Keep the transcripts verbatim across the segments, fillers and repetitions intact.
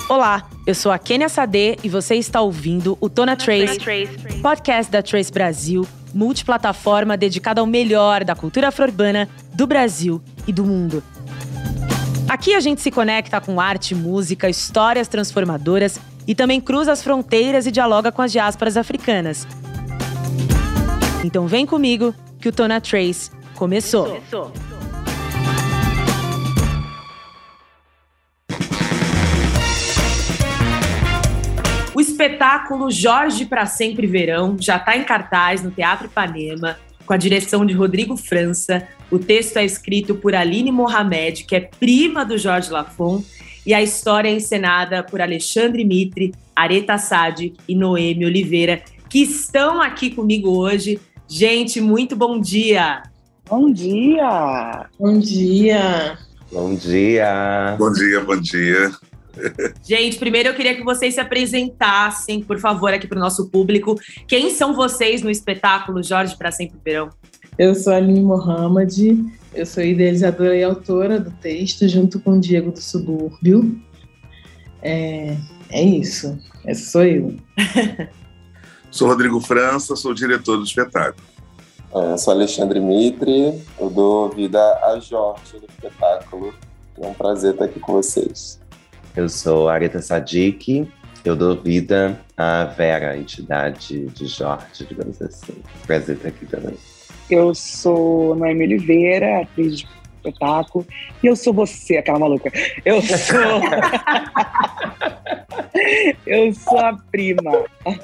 Olá, eu sou a Kênia Sade e você está ouvindo o Tô na Trace, podcast da Trace Brasil, multiplataforma dedicada ao melhor da cultura afro-urbana do Brasil e do mundo. Aqui a gente se conecta com arte, música, histórias transformadoras e também cruza as fronteiras e dialoga com as diásporas africanas. Então vem comigo que o Tô na Trace começou. começou. O espetáculo Jorge pra Sempre Verão já está em cartaz no Teatro Ipanema, com a direção de Rodrigo França. O texto é escrito por Aline Mohamed, que é prima do Jorge Lafon, e a história é encenada por Alexandre Mitre, Aretha Sadiq e Noemi Oliveira, que estão aqui comigo hoje. Gente, muito bom dia! Bom dia! Bom dia! Bom dia! Bom dia, bom dia! Gente, primeiro eu queria que vocês se apresentassem, por favor, aqui para o nosso público. Quem são vocês no espetáculo Jorge pra Sempre Verão? Eu sou a Aline Mohamed, eu sou idealizadora e autora do texto, junto com o Diego do Subúrbio. É, é isso, essa sou eu. Sou Rodrigo França, sou o diretor do espetáculo. Eu sou Alexandre Mitre, eu dou vida a Jorge no espetáculo. É um prazer estar aqui com vocês. Eu sou Aretha Sadiq, eu dou vida à Vera, a entidade de Jorge, digamos assim. Prazer estar aqui também. Eu sou Noemi Oliveira, atriz de espetáculo, e eu sou você, aquela maluca. Eu sou... eu sou a prima.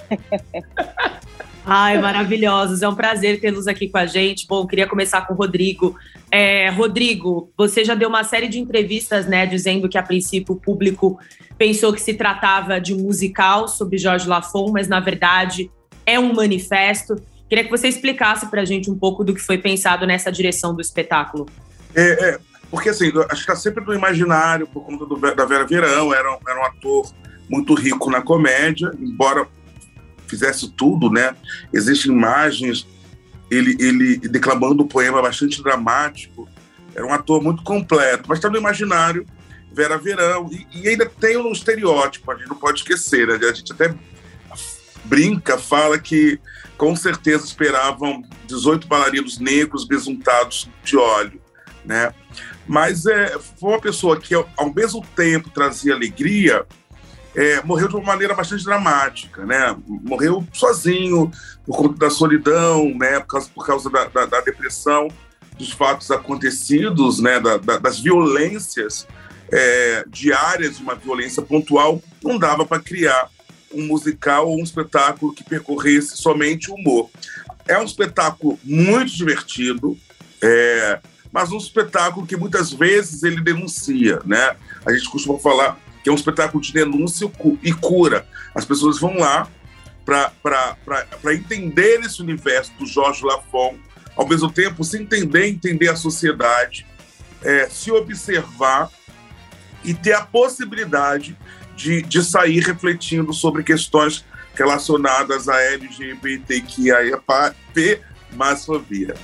Ai, maravilhosos, é um prazer tê-los aqui com a gente. Bom, queria começar com o Rodrigo. É, Rodrigo, você já deu uma série de entrevistas, né, dizendo que a princípio o público pensou que se tratava de um musical sobre Jorge Lafon, mas na verdade é um manifesto. Queria que você explicasse pra gente um pouco do que foi pensado nessa direção do espetáculo. É, é porque assim, acho que está sempre no imaginário, por conta do, da Vera Verão, era, era um ator muito rico na comédia, embora fizesse tudo, né? Existem imagens, ele, ele declamando um poema bastante dramático. Era um ator muito completo, mas está no imaginário Vera Verão. E, e ainda tem um estereótipo, a gente não pode esquecer, né? A gente até brinca, fala que com certeza esperavam dezoito bailarinos negros besuntados de óleo, né? Mas é, foi uma pessoa que, ao mesmo tempo, trazia alegria. É, morreu de uma maneira bastante dramática, né? Morreu sozinho, por conta da solidão, né? Por causa, por causa da, da, da depressão, dos fatos acontecidos, né? Da, da, das violências é, diárias, uma violência pontual. Não dava para criar um musical ou um espetáculo que percorresse somente o humor. É um espetáculo muito divertido, é, mas um espetáculo que muitas vezes ele denuncia, né? A gente costuma falar que é um espetáculo de denúncia e cura. As pessoas vão lá para entender esse universo do Jorge Lafon, ao mesmo tempo se entender, entender a sociedade, é, se observar e ter a possibilidade de, de sair refletindo sobre questões relacionadas a L G B T Q I A P mais fobia.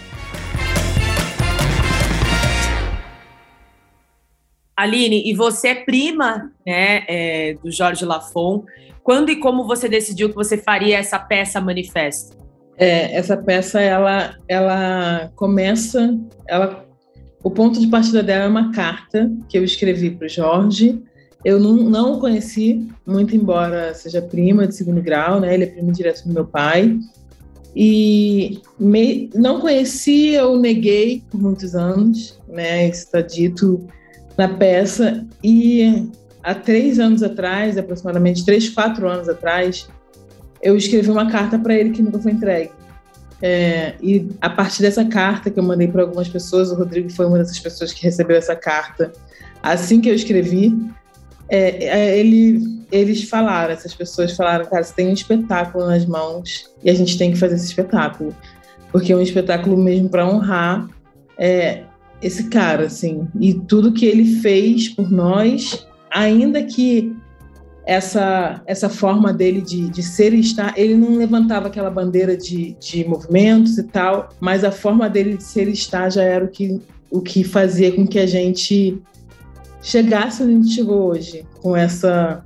Aline, e você é prima, né, é, do Jorge Lafon. Quando e como você decidiu que você faria essa peça manifesto? É, essa peça, ela, ela começa... Ela, o ponto de partida dela é uma carta que eu escrevi para o Jorge. Eu não, não o conheci, muito embora seja prima de segundo grau, né? Ele é primo direto do meu pai. E me, não conheci, eu neguei por muitos anos, né? Isso está dito na peça, e há três anos atrás, aproximadamente três, quatro anos atrás, eu escrevi uma carta para ele que nunca foi entregue. É, e a partir dessa carta que eu mandei para algumas pessoas, o Rodrigo foi uma dessas pessoas que recebeu essa carta. Assim que eu escrevi, é, é, ele, eles falaram, essas pessoas falaram, cara, você tem um espetáculo nas mãos e a gente tem que fazer esse espetáculo, porque é um espetáculo mesmo para honrar é, esse cara, assim, e tudo que ele fez por nós, ainda que essa, essa forma dele de, de ser e estar, ele não levantava aquela bandeira de, de movimentos e tal, mas a forma dele de ser e estar já era o que, o que fazia com que a gente chegasse onde a gente chegou hoje, com essa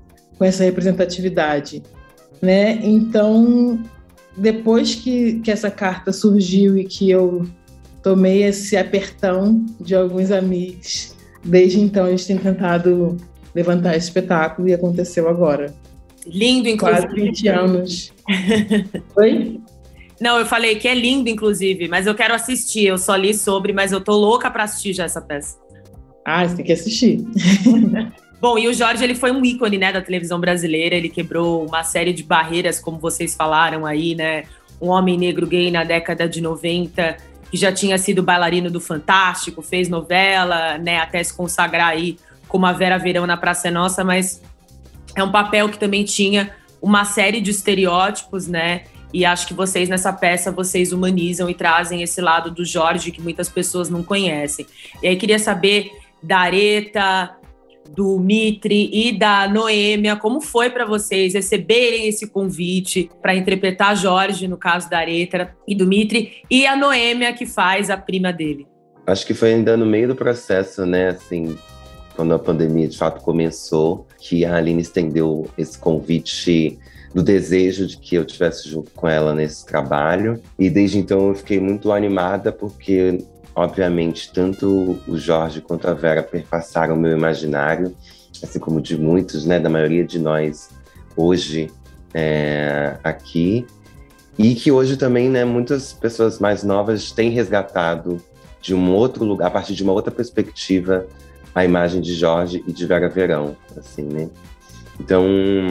com essa representatividade, né? Então, depois que, que essa carta surgiu e que eu tomei esse apertão de alguns amigos, desde então a gente tem tentado levantar esse espetáculo e aconteceu agora. Lindo, inclusive. Quase vinte anos. Oi? Não, eu falei que é lindo, inclusive, mas eu quero assistir. Eu só li sobre, mas eu tô louca pra assistir já essa peça. Ah, você tem que assistir. Bom, e o Jorge, ele foi um ícone, né, da televisão brasileira. Ele quebrou uma série de barreiras, como vocês falaram aí, né? Um homem negro gay na década de noventa, que já tinha sido bailarino do Fantástico, fez novela, né, até se consagrar aí como a Vera Verão na Praça é Nossa, mas é um papel que também tinha uma série de estereótipos, né? E acho que vocês, nessa peça, vocês humanizam e trazem esse lado do Jorge que muitas pessoas não conhecem. E aí queria saber da Areta, do Mitri e da Noêmia, como foi para vocês receberem esse convite para interpretar Jorge, no caso da Areta e do Mitri, e a Noêmia, que faz a prima dele? Acho que foi ainda no meio do processo, né, assim, quando a pandemia de fato começou, que a Aline estendeu esse convite do desejo de que eu estivesse junto com ela nesse trabalho. E desde então eu fiquei muito animada, porque, obviamente, tanto o Jorge quanto a Vera perpassaram o meu imaginário, assim como de muitos, né, da maioria de nós hoje é, aqui. E que hoje também, né, muitas pessoas mais novas têm resgatado de um outro lugar, a partir de uma outra perspectiva, a imagem de Jorge e de Vera Verão, assim, né? Então,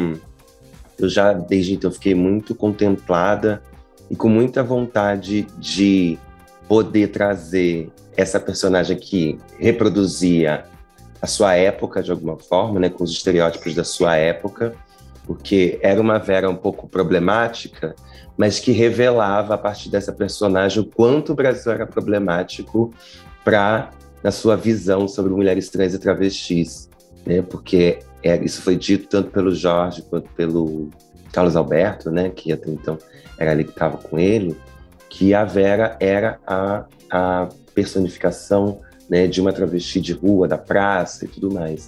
eu já, desde então, fiquei muito contemplada e com muita vontade de poder trazer essa personagem que reproduzia a sua época, de alguma forma, né, com os estereótipos da sua época, porque era uma Vera um pouco problemática, mas que revelava, a partir dessa personagem, o quanto o Brasil era problemático para na sua visão sobre mulheres trans e travestis, né? Porque é, isso foi dito tanto pelo Jorge quanto pelo Carlos Alberto, né? Que até então era ali que estava com ele, que a Vera era a, a personificação, né, de uma travesti de rua, da praça e tudo mais.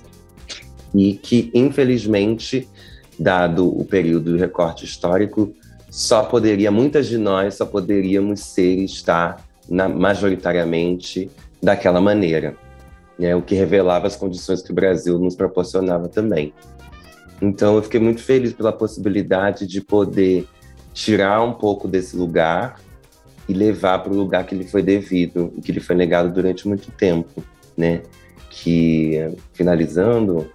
E que, infelizmente, dado o período do recorte histórico, só poderia, muitas de nós só poderíamos ser e estar na, majoritariamente daquela maneira, né? O que revelava as condições que o Brasil nos proporcionava também. Então eu fiquei muito feliz pela possibilidade de poder tirar um pouco desse lugar e levar para o lugar que lhe foi devido, e que lhe foi negado durante muito tempo, né? Que, finalizando,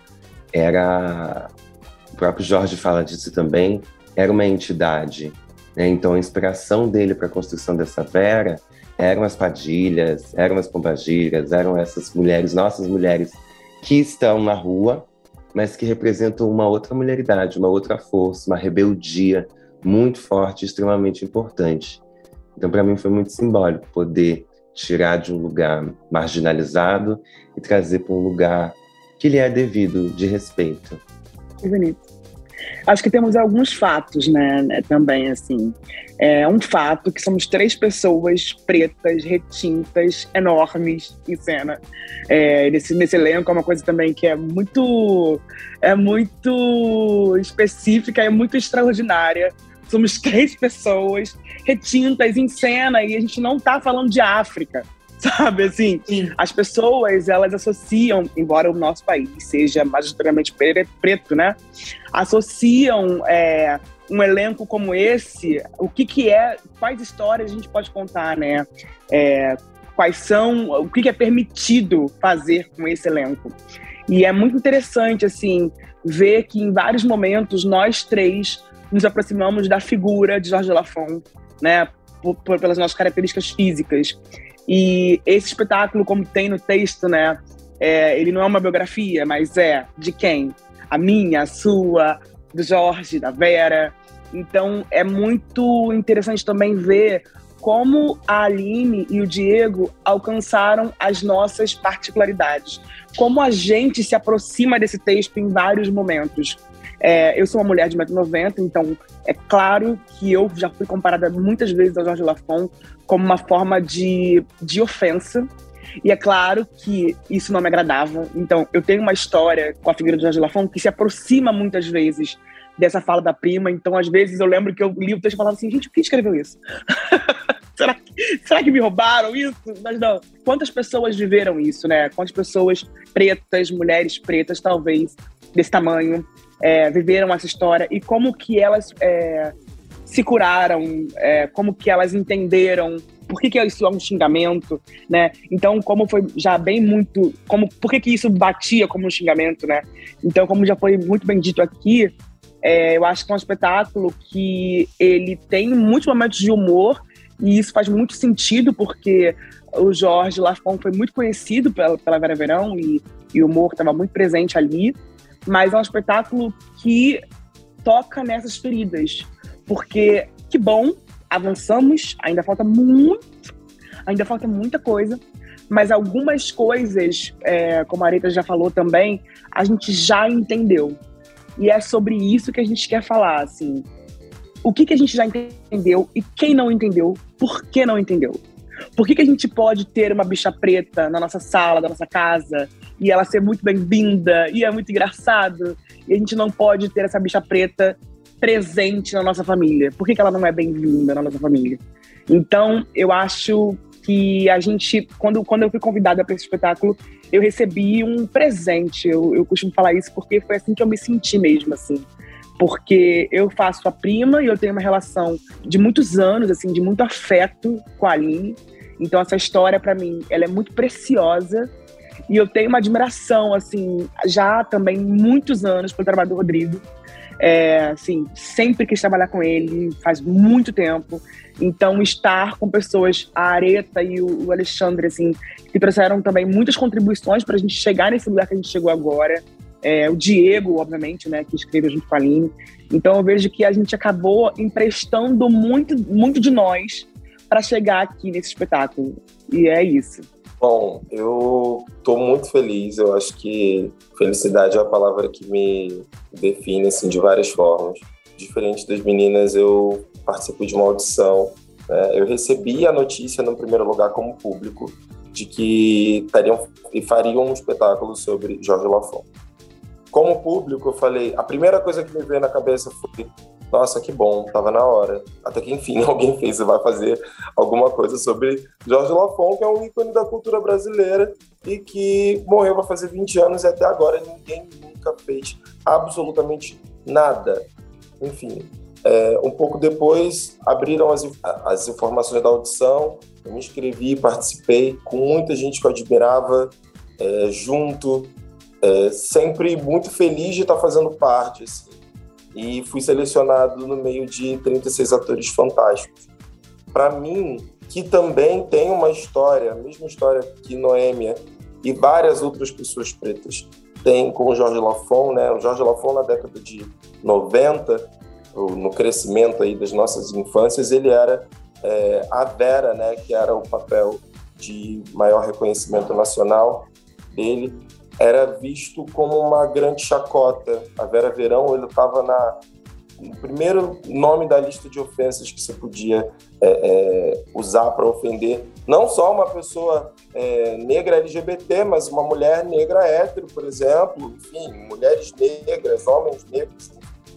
era... O próprio Jorge fala disso também, era uma entidade, né? Então a inspiração dele para a construção dessa Vera eram as Padilhas, eram as Pombagiras, eram essas mulheres, nossas mulheres, que estão na rua, mas que representam uma outra mulheridade, uma outra força, uma rebeldia muito forte, extremamente importante. Então, para mim, foi muito simbólico poder tirar de um lugar marginalizado e trazer para um lugar que lhe é devido, de respeito. Que bonito. Acho que temos alguns fatos, né, né também, assim. É um fato que somos três pessoas pretas, retintas, enormes em cena. É, nesse, nesse elenco é uma coisa também que é muito, é muito específica, é muito extraordinária. Somos três pessoas retintas em cena e a gente não tá falando de África, sabe? Assim, sim. As pessoas, elas associam, embora o nosso país seja majoritariamente preto, né? Associam é, um elenco como esse, o que que é, quais histórias a gente pode contar, né? É, quais são, o que que é permitido fazer com esse elenco. E é muito interessante, assim, ver que em vários momentos nós três nos aproximamos da figura de Jorge Lafon, né? Por, por, pelas nossas características físicas. E esse espetáculo, como tem no texto, né, é, ele não é uma biografia, mas é de quem? A minha, a sua, do Jorge, da Vera. Então é muito interessante também ver como a Aline e o Diego alcançaram as nossas particularidades. Como a gente se aproxima desse texto em vários momentos. É, eu sou uma mulher de um metro e noventa, então é claro que eu já fui comparada muitas vezes ao Jorge Lafon como uma forma de, de ofensa. E é claro que isso não me agradava. Então, eu tenho uma história com a figura do Jorge Lafon que se aproxima muitas vezes dessa fala da prima. Então, às vezes, eu lembro que eu li o texto e falava assim, gente, quem escreveu isso? será, que, será que me roubaram isso? Mas não. Quantas pessoas viveram isso, né? Quantas pessoas pretas, mulheres pretas, talvez, desse tamanho, é, viveram essa história? E como que elas é, se curaram? É, como que elas entenderam? Por que, que isso é um xingamento, né? Então, como foi já bem muito... Como, por que, que isso batia como um xingamento, né? Então, como já foi muito bem dito aqui, é, eu acho que é um espetáculo que ele tem muitos momentos de humor e isso faz muito sentido porque o Jorge Lafon foi muito conhecido pela, pela Vera Verão e, e o humor estava muito presente ali, mas é um espetáculo que toca nessas feridas, porque que bom, avançamos, ainda falta muito, ainda falta muita coisa, mas algumas coisas, é, como a Areta já falou também, a gente já entendeu. E é sobre isso que a gente quer falar, assim. O que, que a gente já entendeu e quem não entendeu, por que não entendeu? Por que, que a gente pode ter uma bicha preta na nossa sala, na nossa casa, e ela ser muito bem-vinda, e é muito engraçado, e a gente não pode ter essa bicha preta presente na nossa família? Por que, que ela não é bem-vinda na nossa família? Então, eu acho que a gente, quando, quando eu fui convidada para esse espetáculo, eu recebi um presente. Eu, eu costumo falar isso porque foi assim que eu me senti mesmo, assim. Porque eu faço a prima e eu tenho uma relação de muitos anos, assim, de muito afeto com a Aline. Então, essa história, para mim, ela é muito preciosa. E eu tenho uma admiração, assim, já também muitos anos pelo trabalho do Rodrigo. É, assim, sempre quis trabalhar com ele, faz muito tempo. Então, estar com pessoas, a Areta e o, o Alexandre, assim, que trouxeram também muitas contribuições para a gente chegar nesse lugar que a gente chegou agora. É, o Diego, obviamente, né, que escreveu junto com a Aline. Então, eu vejo que a gente acabou emprestando muito, muito de nós para chegar aqui nesse espetáculo. E é isso. Bom, eu estou muito feliz. Eu acho que felicidade é a palavra que me define, assim, de várias formas. Diferente das meninas, eu participo de uma audição. Né? Eu recebi a notícia, no primeiro lugar, como público, de que tariam e fariam um espetáculo sobre Jorge Lafon. Como público, eu falei... A primeira coisa que me veio na cabeça foi... Nossa, que bom, tava na hora. Até que, enfim, alguém fez e vai fazer alguma coisa sobre Jorge Lafon, que é um ícone da cultura brasileira e que morreu vai fazer vinte anos e até agora ninguém nunca fez absolutamente nada. Enfim, é, um pouco depois abriram as, as informações da audição, eu me inscrevi, participei com muita gente que eu admirava, é, junto, é, sempre muito feliz de estar fazendo parte, assim. E fui selecionado no meio de trinta e seis atores fantásticos. Para mim, que também tem uma história, a mesma história que Noêmia e várias outras pessoas pretas têm com o Jorge Lafon, né? O Jorge Lafon, na década de noventa, no crescimento aí das nossas infâncias, ele era é, a Vera, né? Que era o papel de maior reconhecimento nacional dele, era visto como uma grande chacota. A Vera Verão, ele estava no primeiro nome da lista de ofensas que você podia é, é, usar para ofender não só uma pessoa é, negra L G B T, mas uma mulher negra hétero, por exemplo, enfim, mulheres negras, homens negros.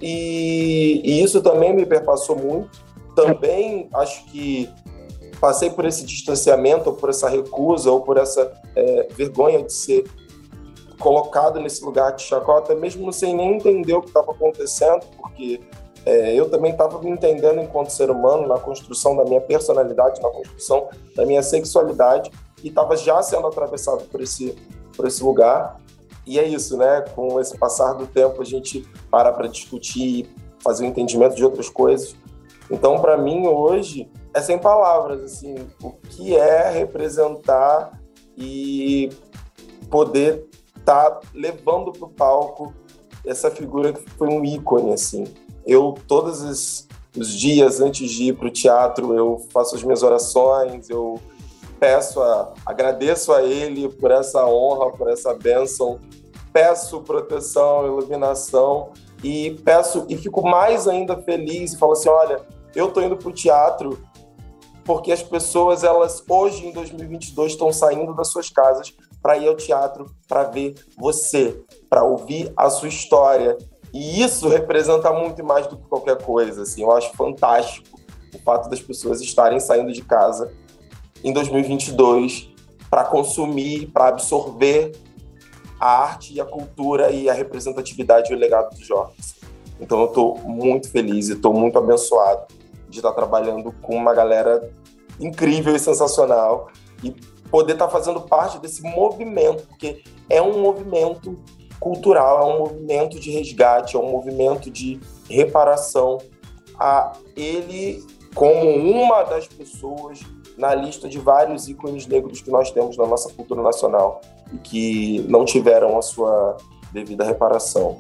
E, e isso também me perpassou muito. Também acho que passei por esse distanciamento, ou por essa recusa, ou por essa é, vergonha de ser colocado nesse lugar de chacota, mesmo sem nem entender o que estava acontecendo, porque é, eu também estava me entendendo enquanto ser humano, na construção da minha personalidade, na construção da minha sexualidade, e estava já sendo atravessado por esse, por esse lugar. E é isso, né? Com esse passar do tempo, a gente para para discutir, fazer o entendimento de outras coisas. Então, para mim, hoje, é sem palavras, assim, o que é representar e poder tá levando para o palco essa figura que foi um ícone, assim. Eu, todos os, os dias antes de ir para o teatro, eu faço as minhas orações, eu peço, a, agradeço a ele por essa honra, por essa bênção, peço proteção, iluminação e peço, e fico mais ainda feliz e falo assim, olha, eu tô indo para o teatro porque as pessoas, elas hoje, em dois mil e vinte e dois, estão saindo das suas casas para ir ao teatro, para ver você, para ouvir a sua história. E isso representa muito mais do que qualquer coisa. Assim, eu acho fantástico o fato das pessoas estarem saindo de casa em dois mil e vinte e dois para consumir, para absorver a arte e a cultura e a representatividade e o legado do Jorge. Então eu estou muito feliz e estou muito abençoado de estar trabalhando com uma galera incrível e sensacional e poder estar fazendo parte desse movimento, porque é um movimento cultural, é um movimento de resgate, é um movimento de reparação a ele como uma das pessoas na lista de vários ícones negros que nós temos na nossa cultura nacional e que não tiveram a sua devida reparação.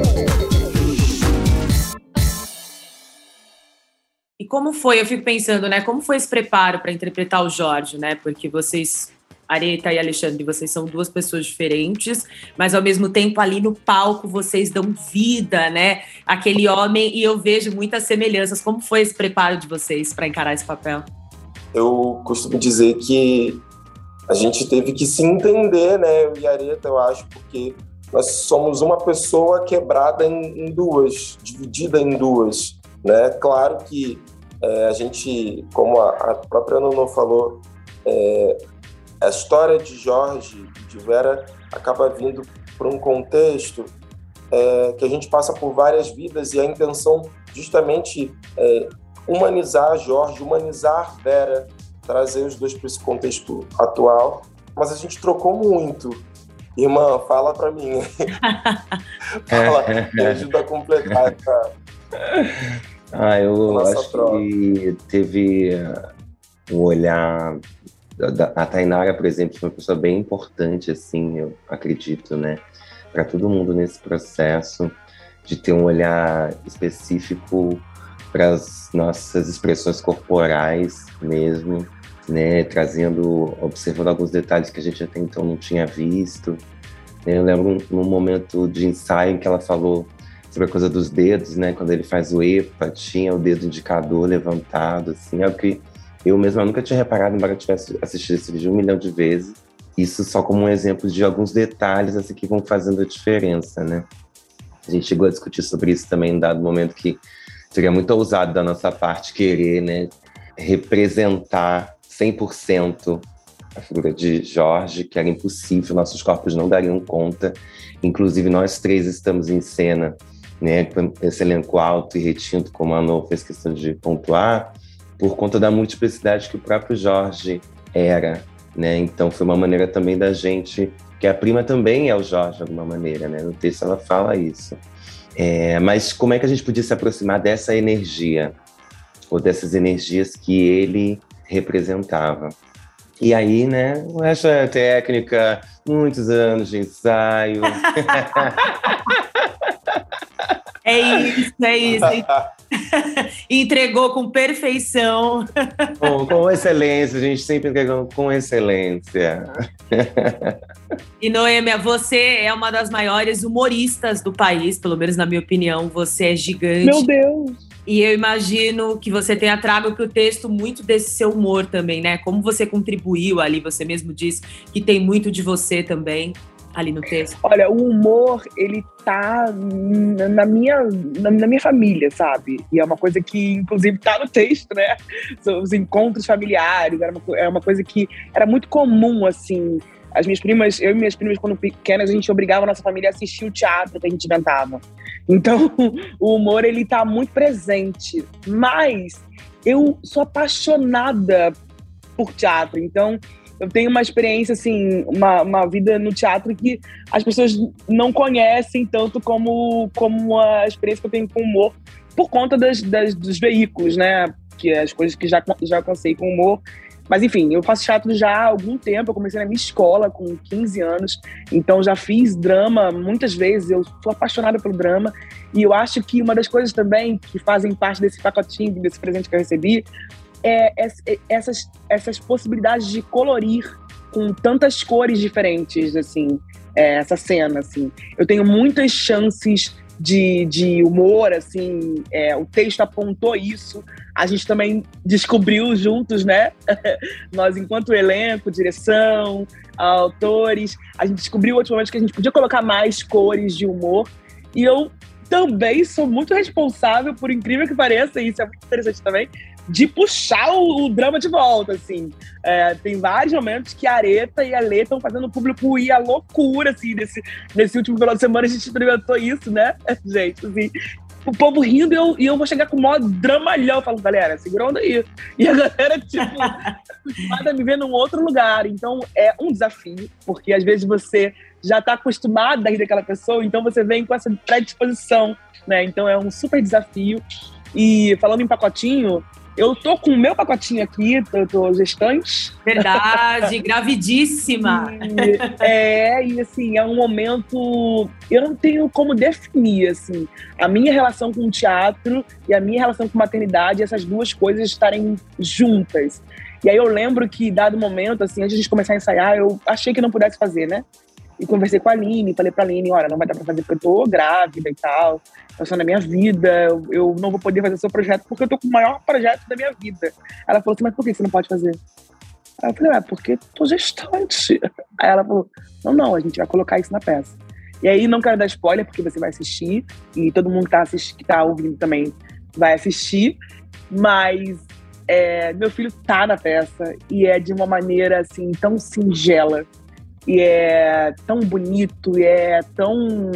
E como foi, eu fico pensando, né, como foi esse preparo para interpretar o Jorge, né, porque vocês, Aretha e Alexandre, vocês são duas pessoas diferentes, mas ao mesmo tempo ali no palco vocês dão vida, né, aquele homem, e eu vejo muitas semelhanças. Como foi esse preparo de vocês para encarar esse papel? Eu costumo dizer que a gente teve que se entender, né, eu e a Aretha, eu acho, porque nós somos uma pessoa quebrada em, em duas, dividida em duas, né? Claro que é, a gente, como a, a própria Nonô falou, é, a história de Jorge e de Vera acaba vindo por um contexto é, que a gente passa por várias vidas e a intenção justamente é humanizar Jorge, humanizar Vera, trazer os dois para esse contexto atual, mas a gente trocou muito. Irmã, fala para mim. Fala, me ajuda a completar essa... Ah, eu acho troca. que teve um olhar... A Tainara, por exemplo, foi uma pessoa bem importante, assim, eu acredito, né? Para todo mundo nesse processo de ter um olhar específico para as nossas expressões corporais mesmo, né? Trazendo, observando alguns detalhes que a gente até então não tinha visto. Eu lembro num momento de ensaio que ela falou sobre a coisa dos dedos, né? Quando ele faz o epa, tinha o dedo indicador levantado, assim, é o que eu mesma nunca tinha reparado, embora eu tivesse assistido esse vídeo um milhão de vezes. Isso só como um exemplo de alguns detalhes assim, que vão fazendo a diferença, né? A gente chegou a discutir sobre isso também em dado momento, que seria muito ousado da nossa parte querer, né, representar cem por cento a figura de Jorge, que era impossível, nossos corpos não dariam conta. Inclusive, nós três estamos em cena, né, com esse elenco alto e retinto, como a Anô fez questão de pontuar, por conta da multiplicidade que o próprio Jorge era, né? Então, foi uma maneira também da gente... que a prima também é o Jorge, de alguma maneira, né? No texto ela fala isso. É, mas como é que a gente podia se aproximar dessa energia, ou dessas energias que ele representava? E aí, né, o resto é técnica, muitos anos de ensaio. É isso, é isso. Entregou com perfeição. Com, com excelência, a gente sempre entregou com excelência. E Noêmia, você é uma das maiores humoristas do país, pelo menos na minha opinião, você é gigante. Meu Deus! E eu imagino que você tenha trago para o texto muito desse seu humor também, né? Como você contribuiu ali, você mesmo disse que tem muito de você também ali no texto. Olha, o humor, ele tá na minha, na, na minha família, sabe? E é uma coisa que, inclusive, tá no texto, né? São os encontros familiares, era uma, era uma coisa que era muito comum, assim. As minhas primas, eu e minhas primas, quando pequenas, a gente obrigava a nossa família a assistir o teatro que a gente inventava. Então, o humor, ele tá muito presente. Mas eu sou apaixonada por teatro. Então, eu tenho uma experiência, assim, uma, uma vida no teatro que as pessoas não conhecem tanto como, como a experiência que eu tenho com humor, por conta das, das, dos veículos, né? Que as coisas que já, já alcancei com humor. Mas, enfim, eu faço teatro já há algum tempo. Eu comecei na minha escola com quinze anos. Então, já fiz drama muitas vezes. Eu sou apaixonada pelo drama. E eu acho que uma das coisas também que fazem parte desse pacotinho, desse presente que eu recebi, é essas, essas possibilidades de colorir com tantas cores diferentes, assim, é, essa cena, assim. Eu tenho muitas chances de, de humor, assim, é, o texto apontou isso. A gente também descobriu juntos, né? Nós, enquanto elenco, direção, autores, a gente descobriu ultimamente que a gente podia colocar mais cores de humor. E eu também sou muito responsável, por incrível que pareça, e isso é muito interessante também, de puxar o, o drama de volta, assim. É, tem vários momentos que a Aretha e a Lê estão fazendo o público ir à loucura, assim, nesse, nesse último final de semana a gente experimentou isso, né, gente, assim. O povo rindo e eu, e eu vou chegar com o maior dramalhão. Eu falo, galera, segura a onda aí. E a galera, tipo, acostumada a me ver num outro lugar. Então, é um desafio, porque às vezes você já tá acostumado a rir daquela pessoa, então você vem com essa predisposição, né? Então, é um super desafio. E falando em pacotinho, eu tô com o meu pacotinho aqui, eu tô gestante. Verdade, gravidíssima. E, é, e assim, é um momento... Eu não tenho como definir, assim, a minha relação com o teatro e a minha relação com maternidade, essas duas coisas estarem juntas. E aí eu lembro que, dado momento, assim, antes de a gente começar a ensaiar, eu achei que não pudesse fazer, né? E conversei com a Aline, falei pra Aline, olha, não vai dar pra fazer porque eu tô grávida e tal, eu sou na minha vida, eu, eu não vou poder fazer o seu projeto porque eu tô com o maior projeto da minha vida. Ela falou assim, mas por que você não pode fazer? Aí eu falei, é, porque eu tô gestante. Aí ela falou, não, não, a gente vai colocar isso na peça. E aí, não quero dar spoiler, porque você vai assistir, e todo mundo que tá, assistindo, que tá ouvindo também vai assistir, mas é, meu filho tá na peça, e é de uma maneira, assim, tão singela, e é tão bonito, e é tão...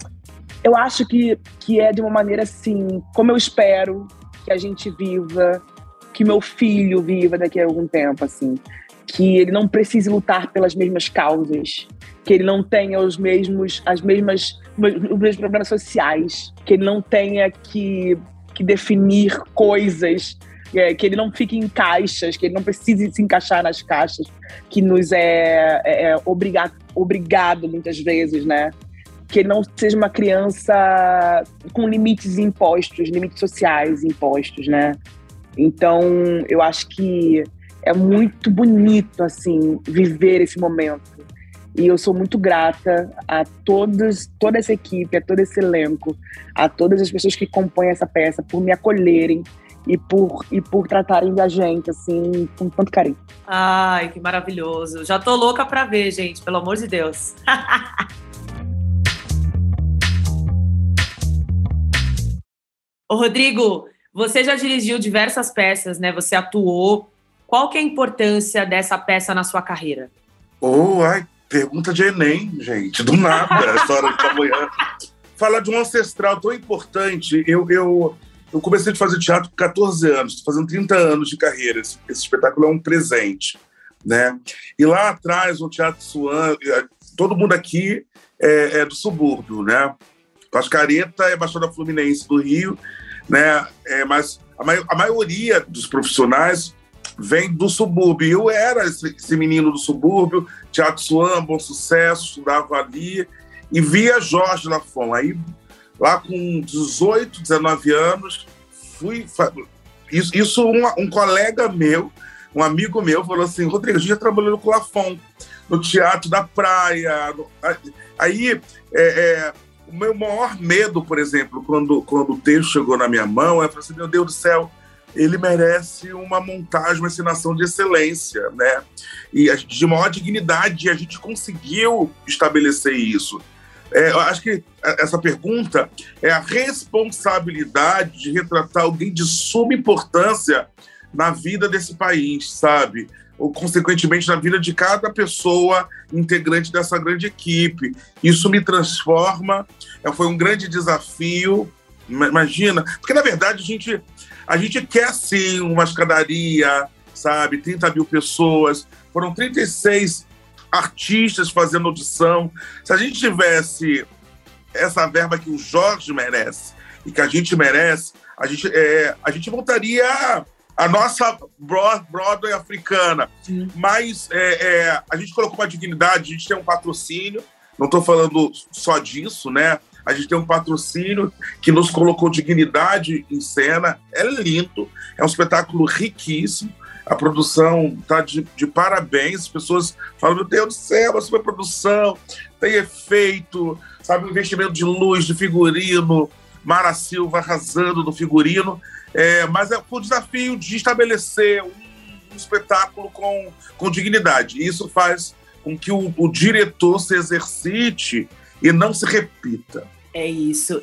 Eu acho que, que é de uma maneira, assim, como eu espero que a gente viva, que meu filho viva daqui a algum tempo, assim. Que ele não precise lutar pelas mesmas causas, que ele não tenha os mesmos, as mesmas, os mesmos problemas sociais, que ele não tenha que, que definir coisas, é, que ele não fique em caixas, que ele não precise se encaixar nas caixas, que nos é, é, é obrigado, obrigado muitas vezes, né? Que ele não seja uma criança com limites impostos, limites sociais impostos, né? Então, eu acho que é muito bonito, assim, viver esse momento. E eu sou muito grata a todos, toda essa equipe, a todo esse elenco, a todas as pessoas que compõem essa peça, por me acolherem e por, e por tratarem da gente, assim, com tanto carinho. Ai, que maravilhoso. Já tô louca pra ver, gente, pelo amor de Deus. Ô, Rodrigo, você já dirigiu diversas peças, né? Você atuou. Qual que é a importância dessa peça na sua carreira? Oh, ai, pergunta de Enem, gente. Do nada, essa hora da manhã. Falar de um ancestral tão importante. Eu, eu, eu comecei a fazer teatro com catorze anos. Estou fazendo trinta anos de carreira. Esse, esse espetáculo é um presente, né? E lá atrás, o Teatro Suan, todo mundo aqui é, é do subúrbio, né? Cascareta é Baixada Fluminense do Rio, né? É, mas a, mai- a maioria dos profissionais vem do subúrbio. Eu era esse, esse menino do subúrbio, Teatro Suan, Bom Sucesso, estudava ali e via Jorge Lafon. Aí, lá com dezoito, dezenove anos, fui... Isso, isso um, um colega meu, um amigo meu, falou assim, Rodrigo, a gente já trabalhou com o Lafon, no Teatro da Praia. No... Aí, é, é, o meu maior medo, por exemplo, quando, quando o texto chegou na minha mão, eu falei assim, meu Deus do céu, ele merece uma montagem, uma encenação de excelência, né? E de maior dignidade, e a gente conseguiu estabelecer isso. É, eu acho que essa pergunta é a responsabilidade de retratar alguém de suma importância na vida desse país, sabe? Ou, consequentemente, na vida de cada pessoa integrante dessa grande equipe. Isso me transforma, foi um grande desafio, imagina, porque, na verdade, a gente, a gente quer, sim, uma escadaria, sabe, trinta mil pessoas, foram trinta e seis artistas fazendo audição. Se a gente tivesse essa verba que o Jorge merece e que a gente merece, a gente, é, a gente voltaria... a nossa Broadway africana. Sim. Mas é, é, a gente colocou uma dignidade, a gente tem um patrocínio, não estou falando só disso, né? A gente tem um patrocínio que nos colocou dignidade em cena, é lindo, é um espetáculo riquíssimo, a produção está de, de parabéns, as pessoas falam, meu Deus do céu, a superprodução, tem efeito, sabe, investimento de luz, de figurino, Mara Silva arrasando no figurino, é, mas é o desafio de estabelecer um, um espetáculo com, com dignidade. E isso faz com que o, o diretor se exercite e não se repita. É isso.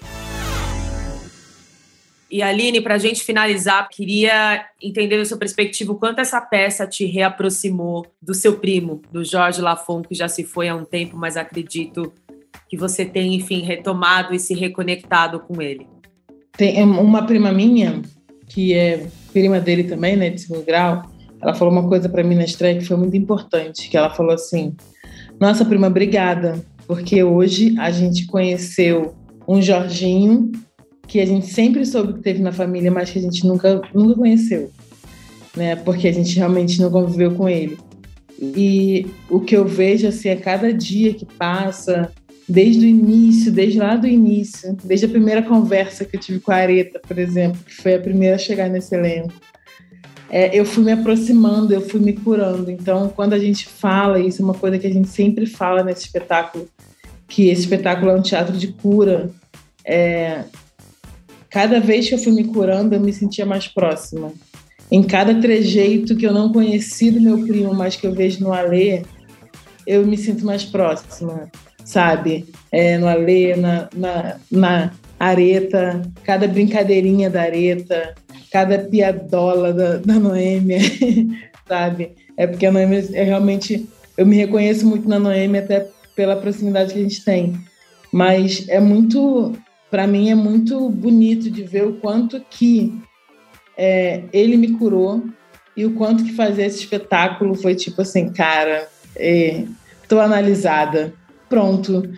E Aline, para a gente finalizar, queria entender da sua perspectiva o quanto essa peça te reaproximou do seu primo, do Jorge Lafon, que já se foi há um tempo, mas acredito que você tem, enfim, retomado e se reconectado com ele. Tem uma prima minha, que é prima dele também, né, de segundo grau, ela falou uma coisa para mim na estreia que foi muito importante, que ela falou assim: nossa, prima, obrigada, porque hoje a gente conheceu um Jorginho que a gente sempre soube que teve na família, mas que a gente nunca, nunca conheceu, né? Porque a gente realmente não conviveu com ele. E o que eu vejo, assim, a cada dia que passa, desde o início, desde lá do início, desde a primeira conversa que eu tive com a Areta, por exemplo, que foi a primeira a chegar nesse elenco, é, eu fui me aproximando, eu fui me curando. Então, quando a gente fala, isso é uma coisa que a gente sempre fala nesse espetáculo, que esse espetáculo é um teatro de cura. É, cada vez que eu fui me curando, eu me sentia mais próxima. Em cada trejeito que eu não conheci do meu primo, mas que eu vejo no Alê, eu me sinto mais próxima, sabe? É, no Alê, na, na, na Areta, cada brincadeirinha da Areta, cada piadola da, da Noêmia, sabe? É porque a Noêmia, é realmente, eu me reconheço muito na Noêmia, até pela proximidade que a gente tem. Mas é muito, para mim, é muito bonito de ver o quanto que é, ele me curou e o quanto que fazer esse espetáculo foi tipo assim, cara, é, tô analisada, pronto.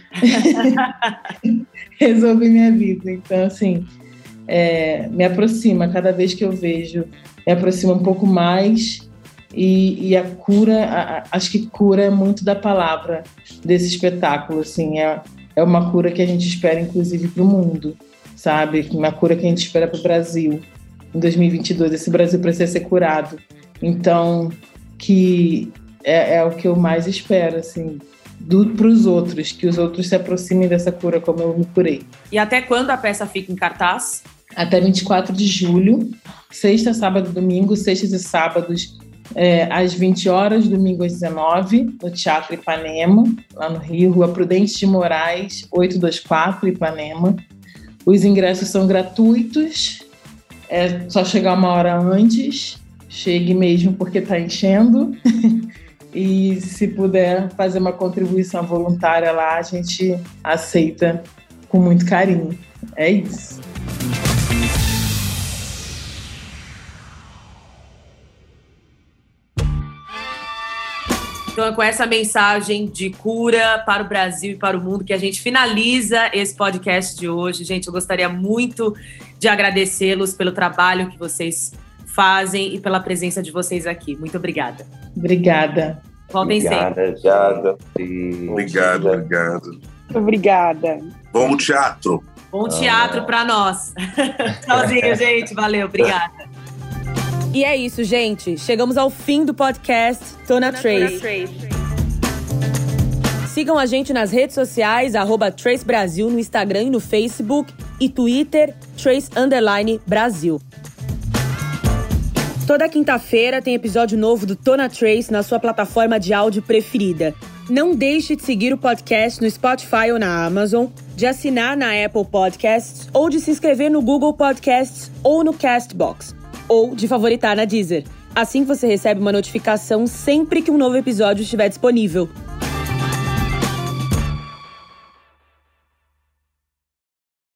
Resolvi minha vida. Então, assim, é, me aproxima, cada vez que eu vejo, me aproxima um pouco mais. E, e a cura, a, acho que cura é muito da palavra desse espetáculo, assim, é, é uma cura que a gente espera, inclusive, para o mundo, sabe? Uma cura que a gente espera para o Brasil, em dois mil e vinte e dois, esse Brasil precisa ser curado. Então, que é, é o que eu mais espero, assim, para os outros, que os outros se aproximem dessa cura como eu me curei. E até quando a peça fica em cartaz? Até vinte e quatro de julho, sexta, sábado, domingo, sextas e sábados, É, às vinte horas, domingo às dezenove, no Teatro Ipanema, lá no Rio, Rua Prudente de Moraes, oitocentos e vinte e quatro, Ipanema. Os ingressos são gratuitos, é só chegar uma hora antes, chegue mesmo porque está enchendo. E se puder fazer uma contribuição voluntária lá, a gente aceita com muito carinho. É isso. Então é com essa mensagem de cura para o Brasil e para o mundo que a gente finaliza esse podcast de hoje. Gente, eu gostaria muito de agradecê-los pelo trabalho que vocês fazem e pela presença de vocês aqui. Muito obrigada. Obrigada. Voltem Obrigada, sempre. Obrigado. Obrigado, obrigado. Obrigada. Bom teatro. Bom teatro para nós. Tchauzinho, gente. Valeu, obrigada. E é isso, gente. Chegamos ao fim do podcast Tona Trace. Sigam a gente nas redes sociais, arroba Trace Brasil, no Instagram e no Facebook, e Twitter, Trace Underline Brasil. Toda quinta-feira tem episódio novo do Tona Trace na sua plataforma de áudio preferida. Não deixe de seguir o podcast no Spotify ou na Amazon, de assinar na Apple Podcasts ou de se inscrever no Google Podcasts ou no Castbox, ou de favoritar na Deezer. Assim você recebe uma notificação sempre que um novo episódio estiver disponível.